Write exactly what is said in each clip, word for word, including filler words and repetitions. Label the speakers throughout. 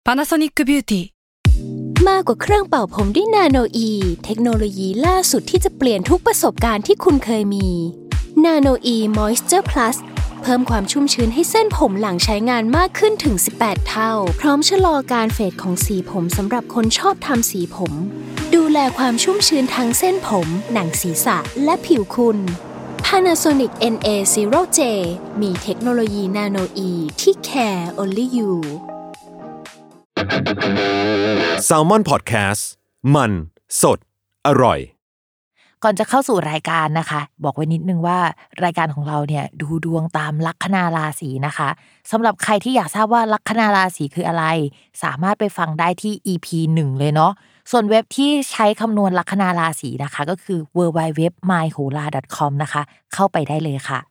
Speaker 1: Panasonic Beauty
Speaker 2: มากกว่าเครื่องเป่าผมด้วยนาโนอีเทคโนโลยีล่าสุดที่จะเปลี่ยนทุกประสบการณ์ที่คุณเคยมีนาโนอีมอยส์เจอร์พลัสเพิ่มความชุ่มชื้นให้เส้นผมหลังใช้งานมากขึ้นถึงสิบแปดเท่าพร้อมชะลอการเฟดของสีผมสำหรับคนชอบทำสีผมดูแลความชุ่มชื้นทั้งเส้นผมหนังศีรษะและผิวคุณ Panasonic เอ็น เอ ศูนย์ เจ มีเทคโนโลยีนาโนอีที่ care only you
Speaker 3: Salmon Podcast มันสดอร่อย
Speaker 4: ก่อนจะเข้าสู่รายการนะคะบอกไว้นิดนึงว่ารายการของเราเนี่ยดูดวงตามลัคนาราศีนะคะสำหรับใครที่อยากทราบว่าลัคนาราศีคืออะไรสามารถไปฟังได้ที่ อี พี หนึ่งเลยเนาะส่วนเว็บที่ใช้คำนวณลัคนาราศีนะคะก็คือ ดับเบิลยู ดับเบิลยู ดับเบิลยู ดอท มายโหรา ดอท คอม นะคะเข้าไปได้เลยค่ะ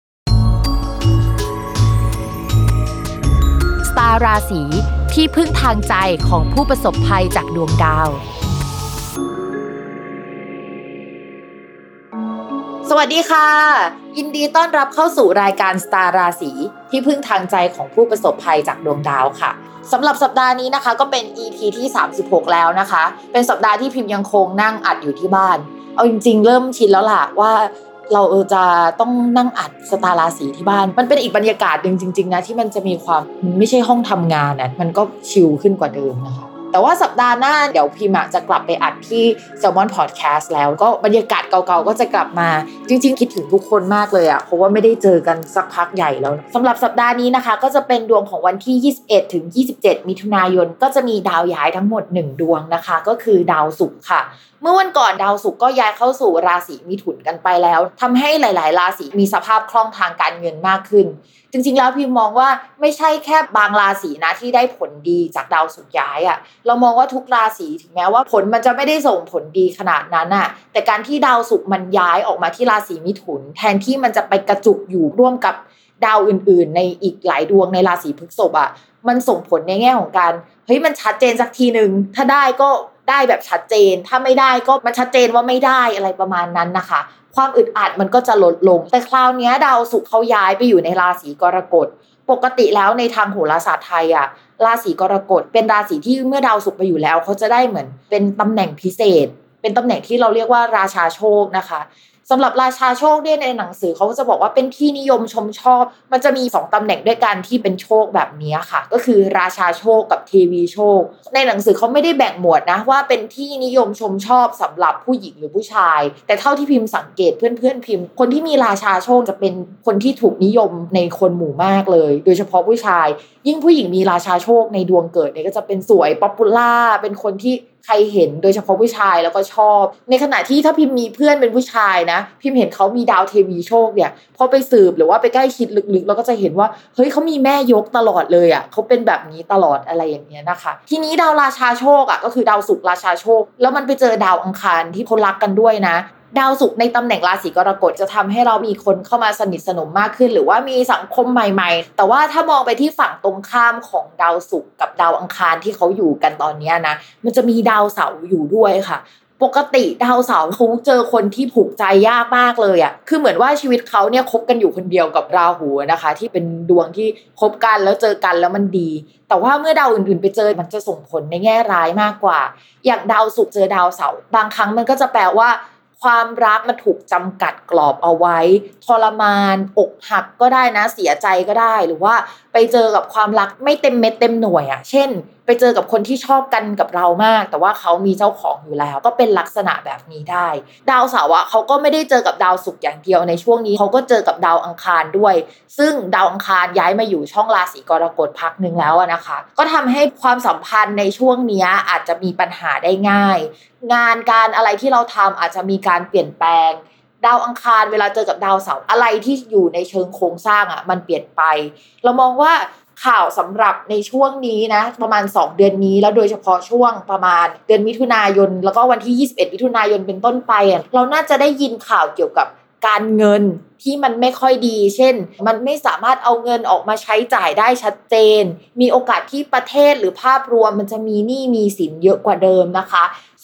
Speaker 4: สตาร์ราศีที่พึ่งทางใจของผู้ประสบภัยจากดวงดาวสวัสดีค่ะยินดีต้อนรับเข้าสู่รายการสตาร์ราศีที่พึ่งทางใจของผู้ประสบภัยจากดวงดาวค่ะสำหรับสัปดาห์นี้นะคะก็เป็น อี พี ที่สามสิบหกแล้วนะคะเป็นสัปดาห์ที่พิมพ์ยังคงนั่งอัดอยู่ที่บ้านเอาจริงๆเริ่มชินแล้วล่ะว่าเราเออจะต้องนั่งอัดสตาร์ราศีที่บ้านมันเป็นอีกบรรยากาศนึงจริงๆนะที่มันจะมีความไม่ใช่ห้องทำงานนะมันก็ชิลขึ้นกว่าเดิมนะคะแต่ว่าสัปดาห์หน้าเดี๋ยวพิมจะกลับไปอัดที่ Salmon Podcast แล้วก็บรรยากาศเก่าๆก็จะกลับมาจริงๆคิดถึงทุกคนมากเลยอ่ะเพราะว่าไม่ได้เจอกันสักพักใหญ่แล้วสำหรับสัปดาห์นี้นะคะก็จะเป็นดวงของวันที่ยี่สิบเอ็ดถึงยี่สิบเจ็ดมิถุนายนก็จะมีดาวย้ายทั้งหมดหนึ่งดวงนะคะก็คือดาวศุกร์ค่ะเมื่อวันก่อนดาวศุกร์ก็ย้ายเข้าสู่ราศีมิถุนกันไปแล้วทำให้หลายๆราศีมีสภาพคล่องทางการเงินมากขึ้นจริงๆแล้วพิมมองว่าไม่ใช่แค่บางราศีนะที่ได้ผลดีจากดาวศุกร์ย้ายอ่ะเรามองว่าทุกราศีถึงแม้ว่าผลมันจะไม่ได้ส่งผลดีขนาดนั้นอ่ะแต่การที่ดาวศุกร์มันย้ายออกมาที่ราศีมิถุนแทนที่มันจะไปกระจุกอยู่ร่วมกับดาวอื่นๆในอีกหลายดวงในราศีพฤษภอ่ะมันส่งผลในแง่ของการเฮ้ยมันชัดเจนสักทีนึงถ้าได้ก็ได้แบบชัดเจนถ้าไม่ได้ก็มันชัดเจนว่าไม่ได้อะไรประมาณนั้นนะคะความอึดอัดมันก็จะลดลงแต่คราวนี้ดาวศุกร์เขาย้ายไปอยู่ในราศีกรกฎปกติแล้วในทางโหราศาสตร์ไทยอ่ะราศีกรกฎเป็นราศีที่เมื่อดาวศุกร์ไปอยู่แล้วเขาจะได้เหมือนเป็นตำแหน่งพิเศษเป็นตำแหน่งที่เราเรียกว่าราชาโชคนะคะสำหรับราชาโชคเนี่ยในหนังสือเขาจะบอกว่าเป็นที่นิยมชมชอบมันจะมีสองตำแหน่งด้วยกันที่เป็นโชคแบบนี้ค่ะก็คือราชาโชคกับเทวีโชคในหนังสือเขาไม่ได้แบ่งหมวดนะว่าเป็นที่นิยมชมชอบสำหรับผู้หญิงหรือผู้ชายแต่เท่าที่พิมพ์สังเกตเพื่อนๆพิมพ์คนที่มีราชาโชคจะเป็นคนที่ถูกนิยมในคนหมู่มากเลยโดยเฉพาะผู้ชายยิ่งผู้หญิงมีราชาโชคในดวงเกิดเนี่ยก็จะเป็นสวยป๊อปปูล่าเป็นคนที่ใครเห็นโดยเฉพาะผู้ชายแล้วก็ชอบในขณะที่ถ้าพิมพ์มีเพื่อนเป็นผู้ชายนะพิมพ์เห็นเขามีดาวเทวีโชคเนี่ยพอไปสืบหรือว่าไปใกล้ชิดลึกๆแล้วก็จะเห็นว่าเฮ้ยเขามีแม่ยกตลอดเลยอ่ะเขาเป็นแบบนี้ตลอดอะไรอย่างเงี้ยนะคะทีนี้ดาวราชาโชคอ่ะก็คือดาวศุกร์ราชาโชคแล้วมันไปเจอดาวอังคารที่เขารักกันด้วยนะดาวศุกร์ในตำแหน่งราศีกรกฎจะทำให้เรามีคนเข้ามาสนิทสนมมากขึ้นหรือว่ามีสังคมใหม่ๆแต่ว่าถ้ามองไปที่ฝั่งตรงข้ามของดาวศุกร์กับดาวอังคารที่เขาอยู่กันตอนนี้นะมันจะมีดาวเสาร์อยู่ด้วยค่ะปกติดาวเสาร์เขาเจอคนที่ผูกใจยากมากเลยอ่ะคือเหมือนว่าชีวิตเขาเนี่ยคบกันอยู่คนเดียวกับราหูนะคะที่เป็นดวงที่คบกันแล้วเจอกันแล้วมันดีแต่ว่าเมื่อดาวอื่นๆไปเจอมันจะส่งผลในแง่ร้ายมากกว่าอย่างดาวศุกร์เจอดาวเสาร์บางครั้งมันก็จะแปลว่าความรักมันถูกจำกัดกรอบเอาไว้ทรมานอกหักก็ได้นะเสียใจก็ได้หรือว่าไปเจอกับความรักไม่เต็มเม็ดเต็มหน่วยอ่ะเช่นไปเจอกับคนที่ชอบกันกับเรามากแต่ว่าเขามีเจ้าของอยู่แล้วก็เป็นลักษณะแบบนี้ได้ดาวเสาร์อ่ะเขาก็ไม่ได้เจอกับดาวศุกร์อย่างเดียวในช่วงนี้เขาก็เจอกับดาวอังคารด้วยซึ่งดาวอังคารย้ายมาอยู่ช่องราศีกรกฎพักนึงแล้วนะคะก็ทำให้ความสัมพันธ์ในช่วงนี้อาจจะมีปัญหาได้ง่ายงานการอะไรที่เราทำอาจจะมีการเปลี่ยนแปลงดาวอังคารเวลาเจอกับดาวเสาร์อะไรที่อยู่ในเชิงโครงสร้างอ่ะมันเปลี่ยนไปเรามองว่าข่าวสำหรับในช่วงนี้นะประมาณสองเดือนนี้แล้วโดยเฉพาะช่วงประมาณเดือนมิถุนายนแล้วก็วันที่ยี่สิบเอ็ดมิถุนายนเป็นต้นไปอ่ะเราน่าจะได้ยินข่าวเกี่ยวกับการเงินที่มันไม่ค่อยดีเช่นมันไม่สามารถเอาเงินออกมาใช้จ่ายได้ชัดเจนมีโอกาสที่ประเทศหรือภาพรวมมันจะมีหนี้มีสินเยอะกว่าเดิมนะคะ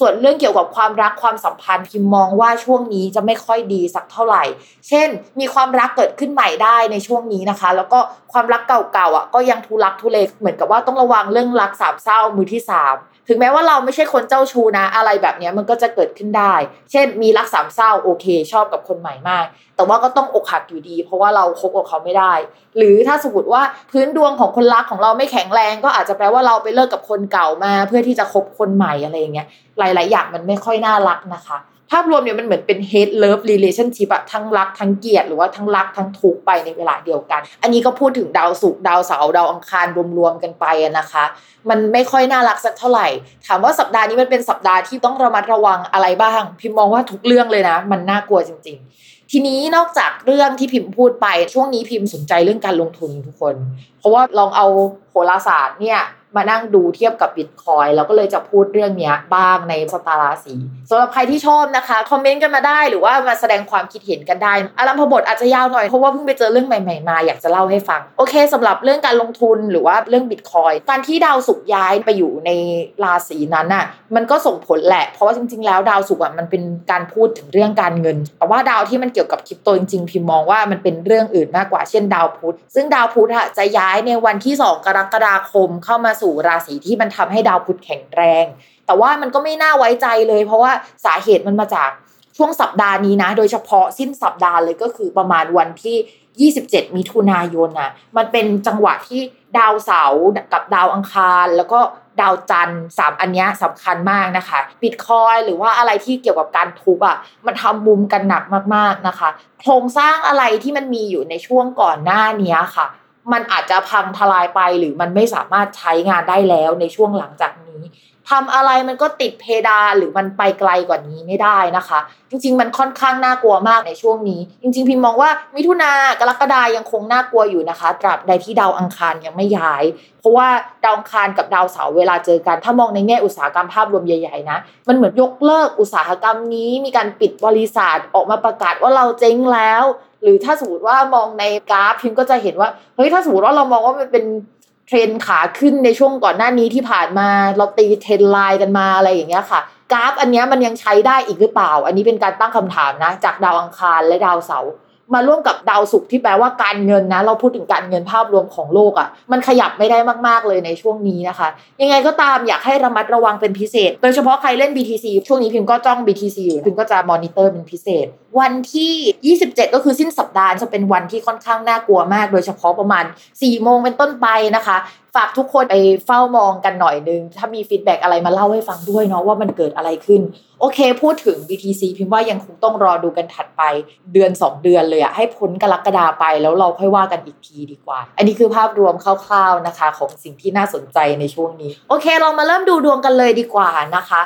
Speaker 4: ส่วนเรื่องเกี่ยวกับความรักความสัมพันธ์พิมมองว่าช่วงนี้จะไม่ค่อยดีสักเท่าไหร่เช่นมีความรักเกิดขึ้นใหม่ได้ในช่วงนี้นะคะแล้วก็ความรักเก่าๆอ่ะก็ยังทุลักทุเลเหมือนกับว่าต้องระวังเรื่องรักสามเศร้ามือที่สามถึงแม้ว่าเราไม่ใช่คนเจ้าชู้นะอะไรแบบนี้มันก็จะเกิดขึ้นได้เช่นมีรักสามเศร้าโอเคชอบกับคนใหม่มากแต่ว่าก็ต้องอกหักอยู่ดีเพราะว่าเราคบกับเขาไม่ได้หรือถ้าสมมติว่าพื้นดวงของคนรักของเราไม่แข็งแรงก็อาจจะแปลว่าเราไปเลิกกับคนเก่ามาเพื่อที่จะคบคนใหม่อะไรอย่างเงี้ยหลายๆอย่างมันไม่ค่อยน่ารักนะคะภาพรวมเนี่ยมันเหมือนเป็น hate love relationship อะทั้งรักทั้งเกลียดหรือว่าทั้งรักทั้งทุกข์ไปในเวลาเดียวกันอันนี้ก็พูดถึงดาวศุกร์ดาวเสาร์ดาวอังคารรวมๆกันไปนะคะมันไม่ค่อยน่ารักสักเท่าไหร่ถามว่าสัปดาห์นี้มันเป็นสัปดาห์ที่ต้องระมัดระวังอะไรบ้างพิมมองว่าทุกเรื่องเลยนะมันน่ากลัวจริงๆทีนี้นอกจากเรื่องที่พิมพูดไปช่วงนี้พิมสนใจเรื่องการลงทุนทุกคนเพราะว่าลองเอาโหราศาสตร์เนี่ยมานั่งดูเทียบกับ Bitcoin แล้วก็เลยจะพูดเรื่องนี้บ้างในสตาร์ราศีสำหรับใครที่ชอบนะคะคอมเมนต์กันมาได้หรือว่ามาแสดงความคิดเห็นกันได้อารัมพบทอาจจะยาวหน่อยเพราะว่าเพิ่งไปเจอเรื่องใหม่ๆมาอยากจะเล่าให้ฟังโอเคสำหรับเรื่องการลงทุนหรือว่าเรื่อง Bitcoin การที่ดาวศุกร์ย้ายไปอยู่ในราศีนั้นน่ะมันก็ส่งผลแหละเพราะว่าจริงๆแล้วดาวศุกร์อ่ะมันเป็นการพูดถึงเรื่องการเงินแต่ว่าดาวที่มันเกี่ยวกับคริปโตจริงๆพิมมองว่ามันเป็นเรื่องอื่นมากกว่าเช่นดาวพุธซึ่งดาวพุธอ่ะจะย้ายในวันที่สองกรกฎาคมเข้ามาสู่ราศีที่มันทำให้ดาวพุธแข็งแรงแต่ว่ามันก็ไม่น่าไว้ใจเลยเพราะว่าสาเหตุมันมาจากช่วงสัปดาห์นี้นะโดยเฉพาะสิ้นสัปดาห์เลยก็คือประมาณวันที่ยี่สิบเจ็ดมิถุนายนน่ะมันเป็นจังหวะที่ดาวเสาร์กับดาวอังคารแล้วก็ดาวจันทร์สามอันเนี้ยสำคัญมากนะคะ Bitcoin หรือว่าอะไรที่เกี่ยวกับการทุบอ่ะมันทำมุมกันหนักมากๆนะคะโครงสร้างอะไรที่มันมีอยู่ในช่วงก่อนหน้านี้ค่ะมันอาจจะพังทลายไปหรือมันไม่สามารถใช้งานได้แล้วในช่วงหลังจากนี้ทำอะไรมันก็ติดเพดานหรือมันไปไกลกว่านี้ไม่ได้นะคะจริงๆมันค่อนข้างน่ากลัวมากในช่วงนี้จริงๆพิมมองว่ามิถุนากรกฎายังคงน่ากลัวอยู่นะคะตราบใดที่ดาวอังคารยังไม่ย้ายเพราะว่าดาวอังคารกับดาวเสาร์เวลาเจอกันถ้ามองในแง่อุตสาหกรรมภาพรวมใหญ่ๆนะมันเหมือนยกเลิกอุตสาหกรรมนี้มีการปิดบริษัทออกมาประกาศว่าเราเจ๊งแล้วหรือถ้าสมมติว่ามองในกราฟพิมก็จะเห็นว่าเฮ้ยถ้าสมมติว่าเรามองว่ามันเป็นเทรนขาขึ้นในช่วงก่อนหน้านี้ที่ผ่านมาเราตีเทรนไลน์กันมาอะไรอย่างเงี้ยค่ะกราฟอันนี้มันยังใช้ได้อีกหรือเปล่าอันนี้เป็นการตั้งคำถามนะจากดาวอังคารและดาวเสาร์มาร่วมกับดาวศุกร์ที่แปลว่าการเงินนะเราพูดถึงการเงินภาพรวมของโลกอ่ะมันขยับไม่ได้มากๆเลยในช่วงนี้นะคะยังไงก็ตามอยากให้ระมัดระวังเป็นพิเศษโดยเฉพาะใครเล่น บี ที ซี ช่วงนี้พิมก็จ้อง บี ที ซี อยู่พิมก็จะมอนิเตอร์เป็นพิเศษวันที่ยี่สิบเจ็ดก็คือสิ้นสัปดาห์จะเป็นวันที่ค่อนข้างน่ากลัวมากโดยเฉพาะประมาณสี่โมงเป็นต้นไปนะคะฝากทุกคนไปเฝ้ามองกันหน่อยนึงถ้ามีฟีดแบ็กอะไรมาเล่าให้ฟังด้วยเนาะว่ามันเกิดอะไรขึ้นโอเคพูดถึง บี ที ซี พิมพ์ว่ายังคงต้องรอดูกันถัดไปเดือนสองเดือนเลยอะให้พ้นกรกฎาไปแล้วเราค่อยว่ากันอีกทีดีกว่าอันนี้คือภาพรวมคร่าวๆนะคะของสิ่งที่น่าสนใจในช่วงนี้โอเคเรามาเริ่มดูดวงกันเลยดีกว่านะคะ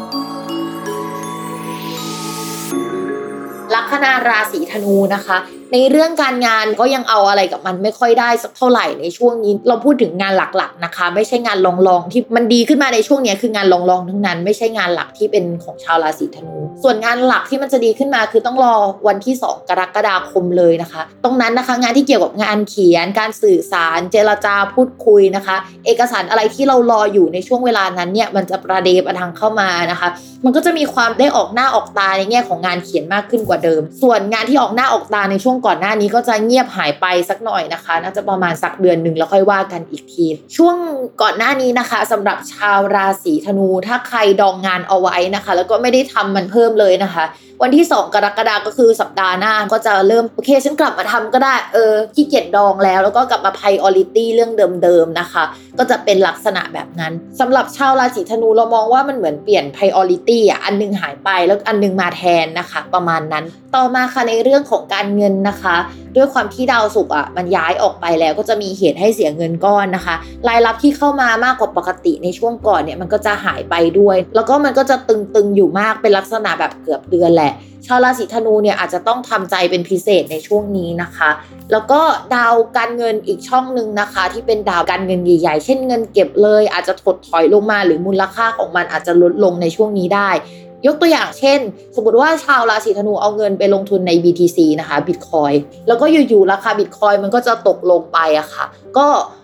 Speaker 4: ลัคนาราศีธนูนะคะในเรื่องการงานก็ยังเอาอะไรกับมันไม่ค่อยได้สักเท่าไหร่ในช่วงนี้เราพูดถึงงานหลักๆนะคะไม่ใช่งานรองๆที่มันดีขึ้นมาในช่วงนี้คืองานรองๆทั้งนั้นไม่ใช่งานหลักที่เป็นของชาวราศีธนูส่วนงานหลักที่มันจะดีขึ้นมาคือต้องรอวันที่สองกรกฎาคมเลยนะคะตรงนั้นนะคะงานที่เกี่ยวกับงานเขียนการสื่อสารเจรจาพูดคุยนะคะเอกสารอะไรที่เรารออยู่ในช่วงเวลานั้นเนี่ยมันจะประเดประดังเข้ามานะคะมันก็จะมีความได้ออกหน้าออกตาในแง่ของงานเขียนมากขึ้นกว่าเดิมส่วนงานที่ออกหน้าออกตาในช่วงก่อนหน้านี้ก็จะเงียบหายไปสักหน่อยนะคะน่าจะประมาณสักเดือนนึงแล้วค่อยว่ากันอีกทีช่วงก่อนหน้านี้นะคะสำหรับชาวราศีธนูถ้าใครดองงานเอาไว้นะคะแล้วก็ไม่ได้ทำมันเพิ่มเลยนะคะวันที่สองกรกฎาคมก็คือสัปดาห์หน้าก็จะเริ่มโอเคฉันกลับมาทำก็ได้เออขี้เกียจดองแล้วแล้วก็กลับมา priority เรื่องเดิมๆนะคะก็จะเป็นลักษณะแบบนั้นสำหรับชาวราศีธนูเรามองว่ามันเหมือนเปลี่ยน priority อ่ะอันนึงหายไปแล้วอันนึงมาแทนนะคะประมาณนั้นต่อมาค่ะในเรื่องของการเงินนะคะด้วยความที่ดาวศุกร์อ่ะมันย้ายออกไปแล้วก็จะมีเหตุให้เสียเงินก้อนนะคะรายรับที่เข้ามามากกว่าปกติในช่วงก่อนเนี่ยมันก็จะหายไปด้วยแล้วก็มันก็จะตึงๆอยู่มากเป็นลักษณะแบบเกือบเดือนแหละชาวราศีธนูเนี่ยอาจจะต้องทำใจเป็นพิเศษในช่วงนี้นะคะแล้วก็ดาวการเงินอีกช่องนึงนะคะที่เป็นดาวการเงินใหญ่ๆเช่นเงินเก็บเลยอาจจะถดถอยลงมาหรือมูลค่าของมันอาจจะลดลงในช่วงนี้ได้ยกตัวอย่างเช่นสมมติว่าชาวราศีธนูเอาเงินไปลงทุนใน บี ที ซี นะคะ Bitcoin แล้วก็อยู่ๆราคา Bitcoin มันก็จะตกลงไปอะค่ะก็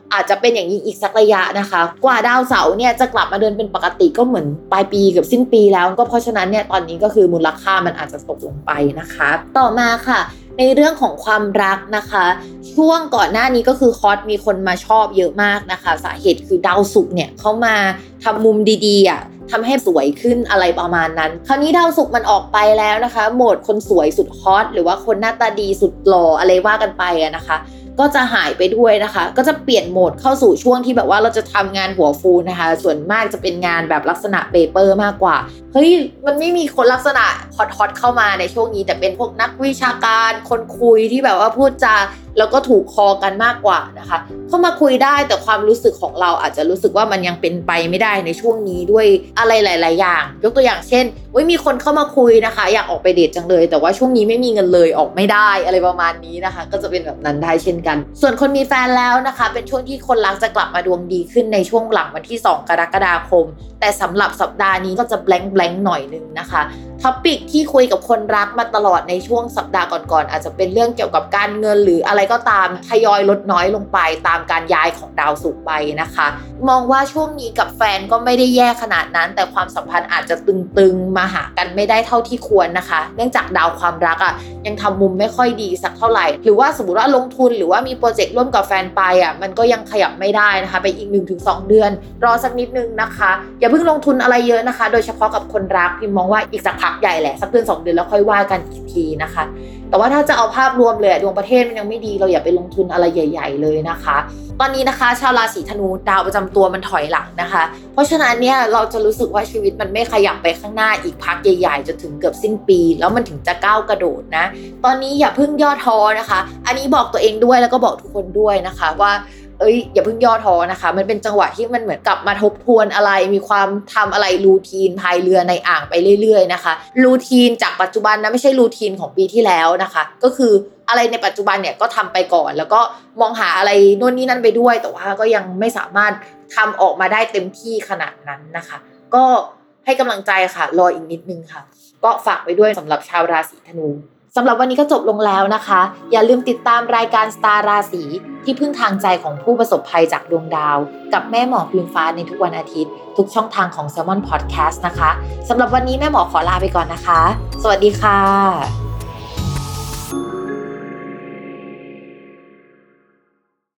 Speaker 4: อาจจะเป็นอย่างนี้อีกสักระยะนะคะกว่าดาวเสาร์เนี่ยจะกลับมาเดินเป็นปกติก็เหมือนปลายปีกับสิ้นปีแล้วก็เพราะฉะนั้นเนี่ยตอนนี้ก็คือมูลค่ามันอาจจะตกลงไปนะคะต่อมาค่ะในเรื่องของความรักนะคะช่วงก่อนหน้านี้ก็คือคอร์สมีคนมาชอบเยอะมากนะคะสาเหตุคือดาวศุกร์เนี่ยเขามาทำมุมดีๆอ่ะทำให้สวยขึ้นอะไรประมาณนั้นคราวนี้ดาวศุกร์มันออกไปแล้วนะคะโหมดคนสวยสุดฮอตหรือว่าคนหน้าตาดีสุดหล่ออะไรว่ากันไปอะนะคะก็จะหายไปด้วยนะคะก็จะเปลี่ยนโหมดเข้าสู่ช่วงที่แบบว่าเราจะทำงานหัวฟูนะคะส่วนมากจะเป็นงานแบบลักษณะเปเปอร์มากกว่าเฮ้ยมันไม่มีคนลักษณะฮอตๆเข้ามาในช่วงนี้แต่เป็นพวกนักวิชาการคนคุยที่แบบว่าพูดจาแล้วก็ถูกคอกันมากกว่านะคะเข้ามาคุยได้แต่ความรู้สึกของเราอาจจะรู้สึกว่ามันยังเป็นไปไม่ได้ในช่วงนี้ด้วยอะไรหลายๆอย่างยกตัวอย่างเช่นว่ามีคนเข้ามาคุยนะคะอยากออกไปเดทจังเลยแต่ว่าช่วงนี้ไม่มีเงินเลยออกไม่ได้อะไรประมาณนี้นะคะก็จะเป็นแบบนั้นได้เช่นกันส่วนคนมีแฟนแล้วนะคะเป็นช่วงที่คนรักจะกลับมาดวงดีขึ้นในช่วงหลังวันที่สองกรกฎาคมแต่สำหรับสัปดาห์นี้ก็จะแบงค์แบงค์หน่อยนึงนะคะท็อปิกที่คุยกับคนรักมาตลอดในช่วงสัปดาห์ก่อนๆอาจจะเป็นเรื่องเกี่ยวกับการเงินหรืออะไรก็ตามทยอยลดน้อยลงไปตามการย้ายของดาวศุกร์ไปนะคะมองว่าช่วงนี้กับแฟนก็ไม่ได้แย่ขนาดนั้นแต่ความสัมพันธ์อาจจะตึงๆมาหากันไม่ได้เท่าที่ควรนะคะเนื่องจากดาวความรักอ่ะยังทำมุมไม่ค่อยดีสักเท่าไหร่หรือว่าสมมติว่าลงทุนหรือว่ามีโปรเจกต์ร่วมกับแฟนไปอ่ะมันก็ยังขยับไม่ได้นะคะไปอีก หนึ่งถึงสอง เดือนรอสักนิดนึงนะคะอย่าเพิ่งลงทุนอะไรเยอะนะคะโดยเฉพาะกับคนรักพิมมองว่าอีกสักพักใหญ่แหละสักเดือนสองเดือนแล้วค่อยว่ากันอีกทีนะคะแต่ว่าถ้าจะเอาภาพรวมเลยดวงประเทศมันยังไม่ดีเราอย่าไปลงทุนอะไรใหญ่ๆเลยนะคะตอนนี้นะคะชาวราศีธนูดาวประจำตัวมันถอยหลังนะคะเพราะฉะนั้นเนี่ยเราจะรู้สึกว่าชีวิตมันไม่ขยับไปข้างหน้าอีกพักใหญ่ๆจนถึงเกือบสิ้นปีแล้วมันถึงจะก้าวกระโดดนะตอนนี้อย่าเพิ่งย่อท้อนะคะอันนี้บอกตัวเองด้วยแล้วก็บอกทุกคนด้วยนะคะว่าเอ้ยอย่าเพิ่งย่อท้อนะคะมันเป็นจังหวะที่มันเหมือนกลับมาทบทวนอะไรมีความทำอะไรรูทีนพายเรือในอ่างไปเรื่อยๆนะคะรูทีนจากปัจจุบันนะไม่ใช่รูทีนของปีที่แล้วนะคะก็คืออะไรในปัจจุบันเนี่ยก็ทำไปก่อนแล้วก็มองหาอะไรโน่นนี่นั่นไปด้วยแต่ว่าก็ยังไม่สามารถทำออกมาได้เต็มที่ขนาดนั้นนะคะก็ให้กำลังใจค่ะรออีกนิดนึงค่ะก็ฝากไปด้วยสำหรับชาวราศีธนูสำหรับวันนี้ก็จบลงแล้วนะคะอย่าลืมติดตามรายการสตาร์ราศีที่พึ่งทางใจของผู้ประสบภัยจากดวงดาวกับแม่หมอพิมฟ้าในทุกวันอาทิตย์ทุกช่องทางของ Salmon Podcast นะคะสำหรับวันนี้แม่หมอขอลาไปก่อนนะคะสวัสดีค่ะ